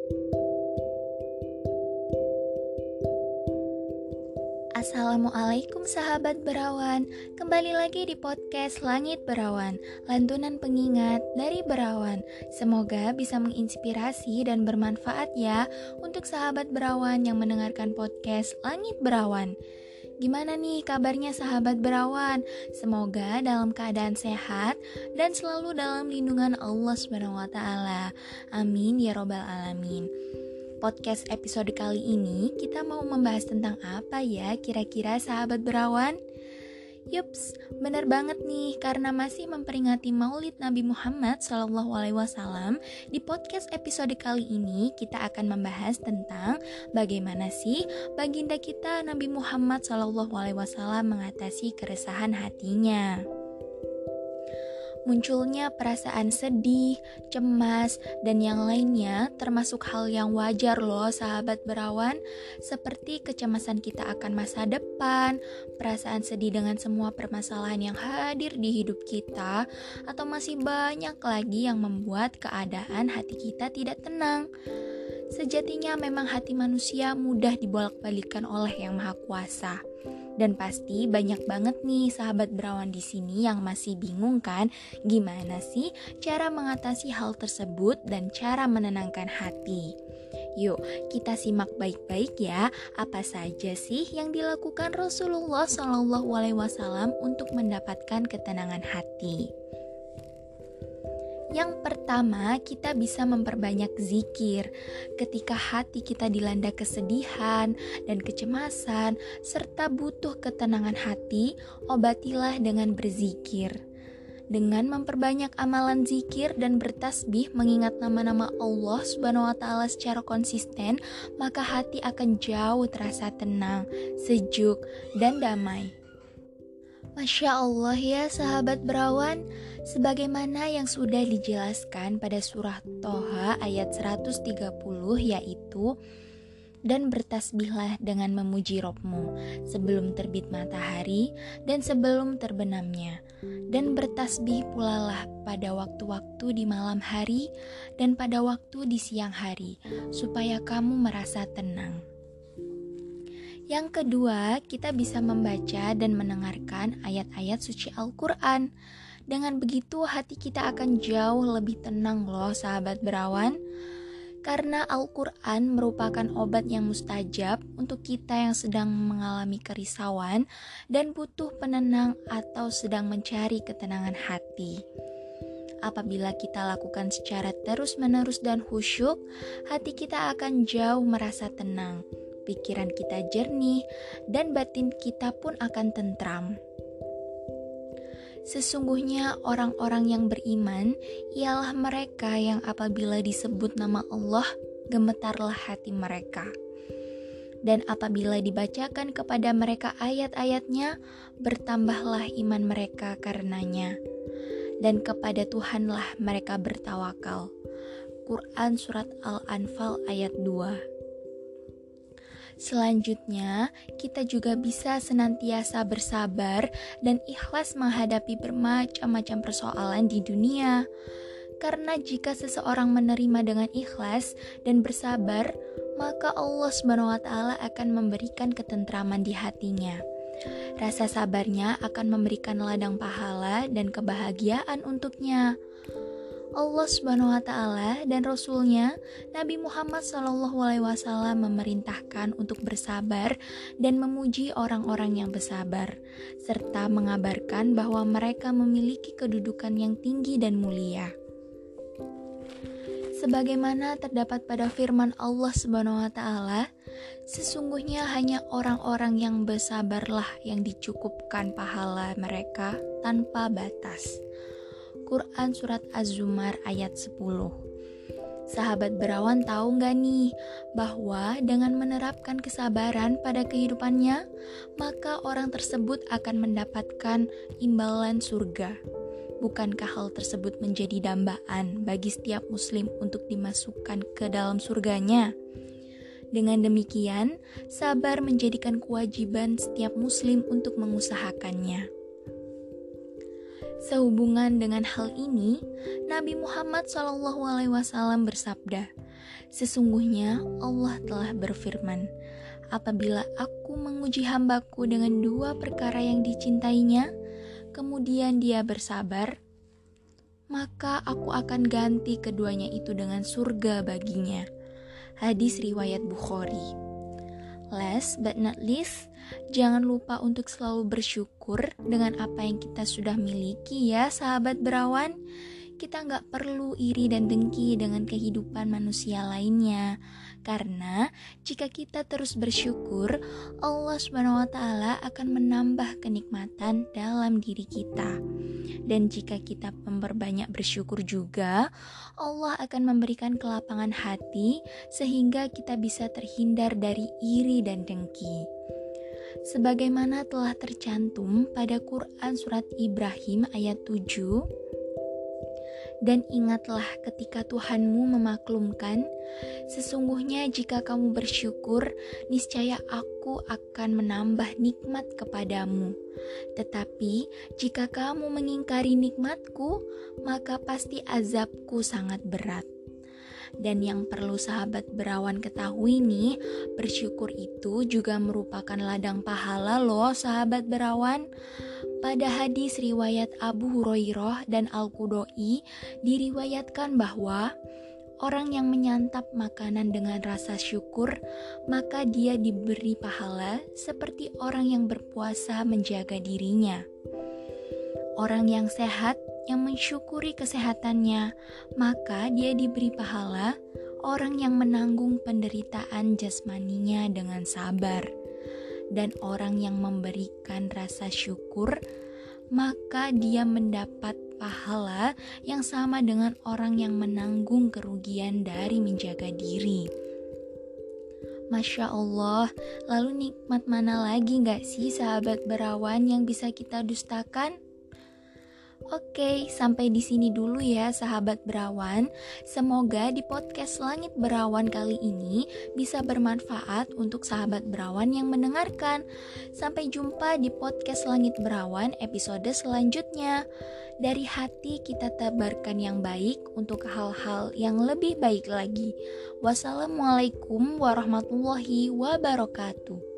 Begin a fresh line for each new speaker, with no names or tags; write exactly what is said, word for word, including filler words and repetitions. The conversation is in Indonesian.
Assalamualaikum sahabat Berawan, kembali lagi di podcast Langit Berawan, lantunan pengingat dari Berawan. Semoga bisa menginspirasi dan bermanfaat ya untuk sahabat Berawan yang mendengarkan podcast Langit Berawan. Gimana nih kabarnya sahabat Berawan? Semoga dalam keadaan sehat dan selalu dalam lindungan Allah subhanahu wa taala. Amin ya robbal alamin. Podcast episode kali ini kita mau membahas tentang apa ya kira-kira sahabat Berawan? Yups, benar banget nih, karena masih memperingati Maulid Nabi Muhammad shallallahu alaihi wasallam. Di podcast episode kali ini kita akan membahas tentang bagaimana sih baginda kita Nabi Muhammad shallallahu alaihi wasallam mengatasi keresahan hatinya. Munculnya perasaan sedih, cemas, dan yang lainnya termasuk hal yang wajar loh sahabat Berawan, seperti kecemasan kita akan masa depan, perasaan sedih dengan semua permasalahan yang hadir di hidup kita, atau masih banyak lagi yang membuat keadaan hati kita tidak tenang. Sejatinya memang hati manusia mudah dibolak-balikan oleh Yang Maha Kuasa. Dan pasti banyak banget nih sahabat Berawan di sini yang masih bingung kan, gimana sih cara mengatasi hal tersebut dan cara menenangkan hati. Yuk, kita simak baik-baik ya, apa saja sih yang dilakukan Rasulullah shallallahu alaihi wasallam untuk mendapatkan ketenangan hati. Yang pertama, kita bisa memperbanyak zikir. Ketika hati kita dilanda kesedihan dan kecemasan, serta butuh ketenangan hati, obatilah dengan berzikir. Dengan memperbanyak amalan zikir dan bertasbih mengingat nama-nama Allah subhanahu wa taala secara konsisten, maka hati akan jauh terasa tenang, sejuk, dan damai. Masya Allah ya sahabat Berawan, sebagaimana yang sudah dijelaskan pada surah Toha ayat seratus tiga puluh, yaitu dan bertasbihlah dengan memuji Robmu sebelum terbit matahari dan sebelum terbenamnya, dan bertasbih pula lah pada waktu-waktu di malam hari dan pada waktu di siang hari, supaya kamu merasa tenang. Yang kedua, kita bisa membaca dan mendengarkan ayat-ayat suci Al-Quran. Dengan begitu hati kita akan jauh lebih tenang loh sahabat Berawan. Karena Al-Quran merupakan obat yang mustajab untuk kita yang sedang mengalami kerisauan dan butuh penenang atau sedang mencari ketenangan hati. Apabila kita lakukan secara terus-menerus dan khusyuk, hati kita akan jauh merasa tenang. Pikiran kita jernih, dan batin kita pun akan tentram. Sesungguhnya orang-orang yang beriman ialah mereka yang apabila disebut nama Allah, gemetarlah hati mereka. Dan apabila dibacakan kepada mereka ayat-ayatnya, bertambahlah iman mereka karenanya. Dan kepada Tuhanlah mereka bertawakal. Quran Surat Al-Anfal ayat dua. Selanjutnya, kita juga bisa senantiasa bersabar dan ikhlas menghadapi bermacam-macam persoalan di dunia. Karena jika seseorang menerima dengan ikhlas dan bersabar, maka Allah subhanahu wa taala akan memberikan ketentraman di hatinya. Rasa sabarnya akan memberikan ladang pahala dan kebahagiaan untuknya. Allah subhanahu wa taala dan Rasulnya Nabi Muhammad shallallahu alaihi wasallam memerintahkan untuk bersabar dan memuji orang-orang yang bersabar, serta mengabarkan bahwa mereka memiliki kedudukan yang tinggi dan mulia. Sebagaimana terdapat pada firman Allah subhanahu wa taala, sesungguhnya hanya orang-orang yang bersabarlah yang dicukupkan pahala mereka tanpa batas. Quran Surat Az-Zumar ayat sepuluh. Sahabat Berawan tahu gak nih bahwa dengan menerapkan kesabaran pada kehidupannya, maka orang tersebut akan mendapatkan imbalan surga. Bukankah hal tersebut menjadi dambaan bagi setiap muslim untuk dimasukkan ke dalam surganya? Dengan demikian, sabar menjadikan kewajiban setiap muslim untuk mengusahakannya. Sehubungan dengan hal ini, Nabi Muhammad shallallahu alaihi wasallam bersabda, Sesungguhnya Allah telah berfirman, apabila aku menguji hambaku dengan dua perkara yang dicintainya, kemudian dia bersabar, maka aku akan ganti keduanya itu dengan surga baginya. Hadis riwayat Bukhari. Last but not least, jangan lupa untuk selalu bersyukur dengan apa yang kita sudah miliki ya sahabat berawan. Kita nggak perlu iri dan dengki dengan kehidupan manusia lainnya. Karena jika kita terus bersyukur, Allah subhanahu wa taala akan menambah kenikmatan dalam diri kita. Dan jika kita memperbanyak bersyukur juga, Allah akan memberikan kelapangan hati sehingga kita bisa terhindar dari iri dan dengki. Sebagaimana telah tercantum pada Quran surat Ibrahim ayat tujuh, dan ingatlah ketika Tuhanmu memaklumkan, sesungguhnya jika kamu bersyukur, niscaya aku akan menambah nikmat kepadamu. Tetapi jika kamu mengingkari nikmatku, maka pasti azabku sangat berat. Dan yang perlu sahabat berawan ketahui nih, bersyukur itu juga merupakan ladang pahala loh sahabat berawan. Pada hadis riwayat Abu Hurairah dan Al-Qudai diriwayatkan bahwa orang yang menyantap makanan dengan rasa syukur, maka dia diberi pahala seperti orang yang berpuasa menjaga dirinya. Orang yang sehat yang mensyukuri kesehatannya, maka dia diberi pahala orang yang menanggung penderitaan jasmaninya dengan sabar. Dan orang yang memberikan rasa syukur, maka dia mendapat pahala yang sama dengan orang yang menanggung kerugian dari menjaga diri. Masya Allah, lalu nikmat mana lagi gak sih sahabat berawan yang bisa kita dustakan? Oke, sampai di sini dulu ya sahabat berawan. Semoga di podcast Langit Berawan kali ini bisa bermanfaat untuk sahabat berawan yang mendengarkan. Sampai jumpa di podcast Langit Berawan episode selanjutnya. Dari hati kita tebarkan yang baik untuk hal-hal yang lebih baik lagi. Wassalamualaikum warahmatullahi wabarakatuh.